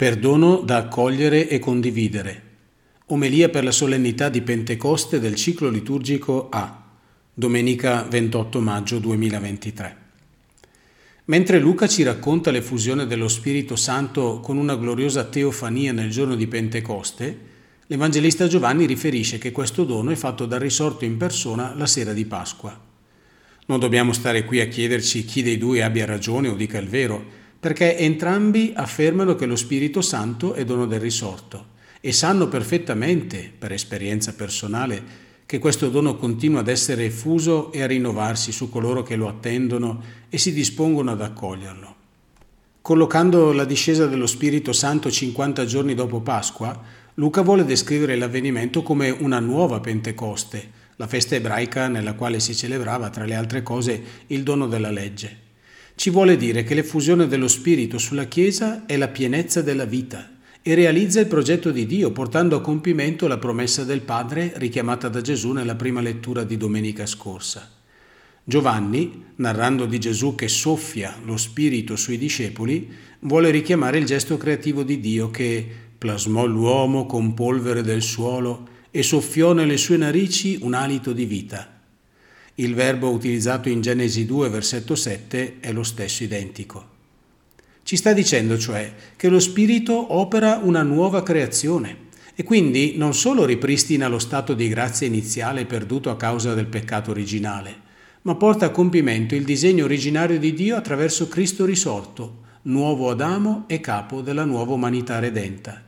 Perdono da accogliere e condividere. Omelia per la solennità di Pentecoste del ciclo liturgico A, domenica 28 maggio 2023. Mentre Luca ci racconta l'effusione dello Spirito Santo con una gloriosa teofania nel giorno di Pentecoste, l'Evangelista Giovanni riferisce che questo dono è fatto dal risorto in persona la sera di Pasqua. Non dobbiamo stare qui a chiederci chi dei due abbia ragione o dica il vero, perché entrambi affermano che lo Spirito Santo è dono del risorto e sanno perfettamente, per esperienza personale, che questo dono continua ad essere effuso e a rinnovarsi su coloro che lo attendono e si dispongono ad accoglierlo. Collocando la discesa dello Spirito Santo 50 giorni dopo Pasqua, Luca vuole descrivere l'avvenimento come una nuova Pentecoste, la festa ebraica nella quale si celebrava, tra le altre cose, il dono della legge. Ci vuole dire che l'effusione dello Spirito sulla Chiesa è la pienezza della vita e realizza il progetto di Dio, portando a compimento la promessa del Padre richiamata da Gesù nella prima lettura di domenica scorsa. Giovanni, narrando di Gesù che soffia lo Spirito sui discepoli, vuole richiamare il gesto creativo di Dio che plasmò l'uomo con polvere del suolo e soffiò nelle sue narici un alito di vita. Il verbo utilizzato in Genesi 2, versetto 7 è lo stesso identico. Ci sta dicendo cioè che lo Spirito opera una nuova creazione e quindi non solo ripristina lo stato di grazia iniziale perduto a causa del peccato originale, ma porta a compimento il disegno originario di Dio attraverso Cristo risorto, nuovo Adamo e capo della nuova umanità redenta.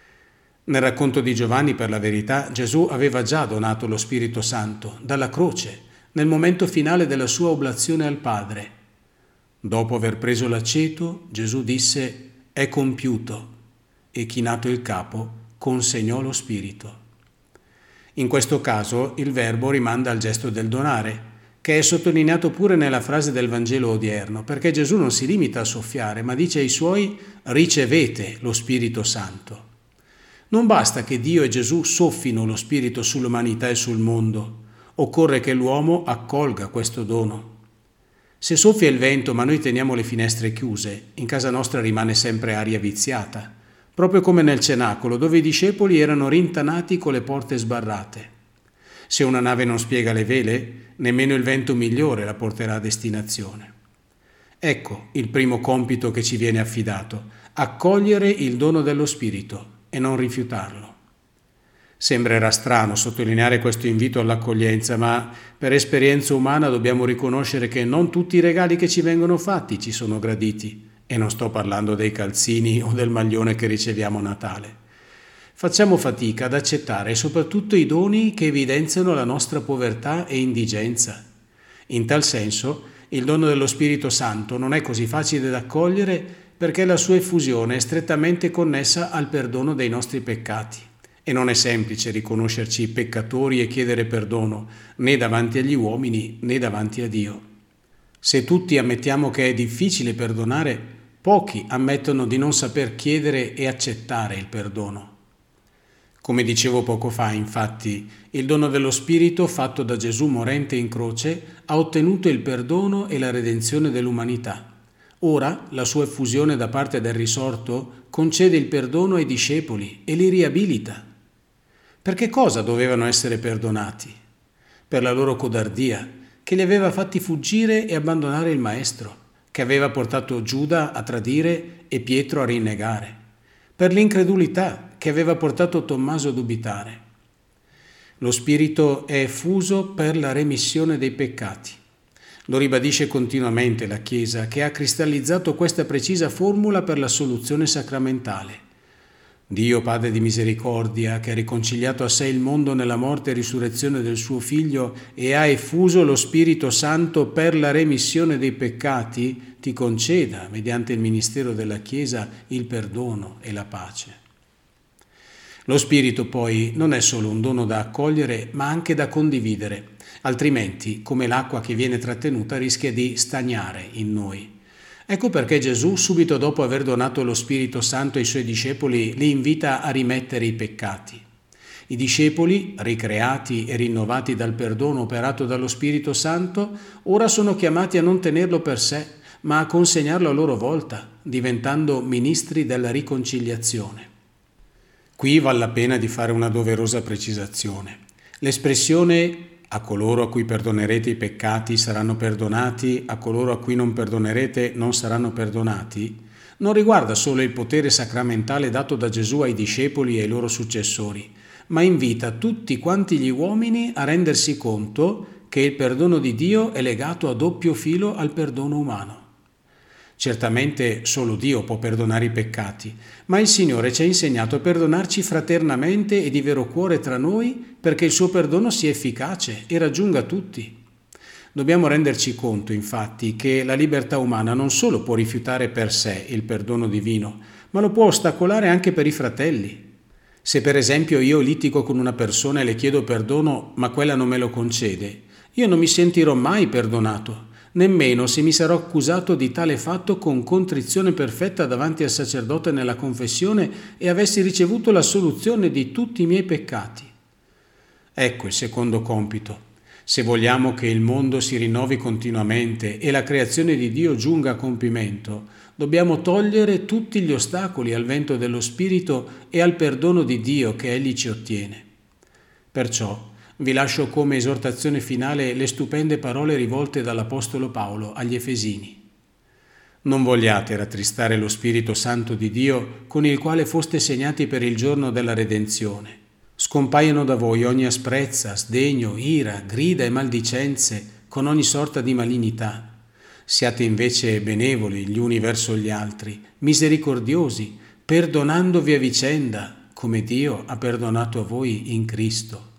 Nel racconto di Giovanni, per la verità, Gesù aveva già donato lo Spirito Santo dalla croce, nel momento finale della sua oblazione al Padre. Dopo aver preso l'aceto, Gesù disse: «È compiuto», e chinato il capo, consegnò lo Spirito. In questo caso il verbo rimanda al gesto del donare, che è sottolineato pure nella frase del Vangelo odierno, perché Gesù non si limita a soffiare, ma dice ai suoi: «Ricevete lo Spirito Santo». Non basta che Dio e Gesù soffino lo Spirito sull'umanità e sul mondo, occorre che l'uomo accolga questo dono. Se soffia il vento ma noi teniamo le finestre chiuse, in casa nostra rimane sempre aria viziata, proprio come nel cenacolo dove i discepoli erano rintanati con le porte sbarrate. Se una nave non spiega le vele, nemmeno il vento migliore la porterà a destinazione. Ecco il primo compito che ci viene affidato: accogliere il dono dello Spirito e non rifiutarlo. Sembrerà strano sottolineare questo invito all'accoglienza, ma per esperienza umana dobbiamo riconoscere che non tutti i regali che ci vengono fatti ci sono graditi, e non sto parlando dei calzini o del maglione che riceviamo a Natale. Facciamo fatica ad accettare soprattutto i doni che evidenziano la nostra povertà e indigenza. In tal senso, il dono dello Spirito Santo non è così facile da accogliere perché la sua effusione è strettamente connessa al perdono dei nostri peccati. E non è semplice riconoscerci peccatori e chiedere perdono, né davanti agli uomini né davanti a Dio. Se tutti ammettiamo che è difficile perdonare, pochi ammettono di non saper chiedere e accettare il perdono. Come dicevo poco fa, infatti, il dono dello Spirito fatto da Gesù morente in croce ha ottenuto il perdono e la redenzione dell'umanità. Ora la sua effusione da parte del risorto concede il perdono ai discepoli e li riabilita. Per che cosa dovevano essere perdonati? Per la loro codardia, che li aveva fatti fuggire e abbandonare il Maestro, che aveva portato Giuda a tradire e Pietro a rinnegare. Per l'incredulità, che aveva portato Tommaso a dubitare. Lo Spirito è effuso per la remissione dei peccati. Lo ribadisce continuamente la Chiesa, che ha cristallizzato questa precisa formula per la soluzione sacramentale. Dio Padre di misericordia, che ha riconciliato a sé il mondo nella morte e risurrezione del suo Figlio e ha effuso lo Spirito Santo per la remissione dei peccati, ti conceda, mediante il ministero della Chiesa, il perdono e la pace. Lo Spirito poi non è solo un dono da accogliere, ma anche da condividere, altrimenti, come l'acqua che viene trattenuta, rischia di stagnare in noi. Ecco perché Gesù, subito dopo aver donato lo Spirito Santo ai suoi discepoli, li invita a rimettere i peccati. I discepoli, ricreati e rinnovati dal perdono operato dallo Spirito Santo, ora sono chiamati a non tenerlo per sé, ma a consegnarlo a loro volta, diventando ministri della riconciliazione. Qui vale la pena di fare una doverosa precisazione. L'espressione a coloro a cui perdonerete i peccati saranno perdonati, a coloro a cui non perdonerete non saranno perdonati, non riguarda solo il potere sacramentale dato da Gesù ai discepoli e ai loro successori, ma invita tutti quanti gli uomini a rendersi conto che il perdono di Dio è legato a doppio filo al perdono umano. Certamente solo Dio può perdonare i peccati, ma il Signore ci ha insegnato a perdonarci fraternamente e di vero cuore tra noi perché il suo perdono sia efficace e raggiunga tutti. Dobbiamo renderci conto, infatti, che la libertà umana non solo può rifiutare per sé il perdono divino, ma lo può ostacolare anche per i fratelli. Se per esempio io litigo con una persona e le chiedo perdono, ma quella non me lo concede, io non mi sentirò mai perdonato, nemmeno se mi sarò accusato di tale fatto con contrizione perfetta davanti al sacerdote nella confessione e avessi ricevuto l'assoluzione di tutti i miei peccati. Ecco il secondo compito. Se vogliamo che il mondo si rinnovi continuamente e la creazione di Dio giunga a compimento, dobbiamo togliere tutti gli ostacoli al vento dello Spirito e al perdono di Dio che Egli ci ottiene. Perciò vi lascio come esortazione finale le stupende parole rivolte dall'Apostolo Paolo agli Efesini. Non vogliate rattristare lo Spirito Santo di Dio con il quale foste segnati per il giorno della redenzione. Scompaiano da voi ogni asprezza, sdegno, ira, grida e maldicenze con ogni sorta di malignità. Siate invece benevoli gli uni verso gli altri, misericordiosi, perdonandovi a vicenda, come Dio ha perdonato a voi in Cristo.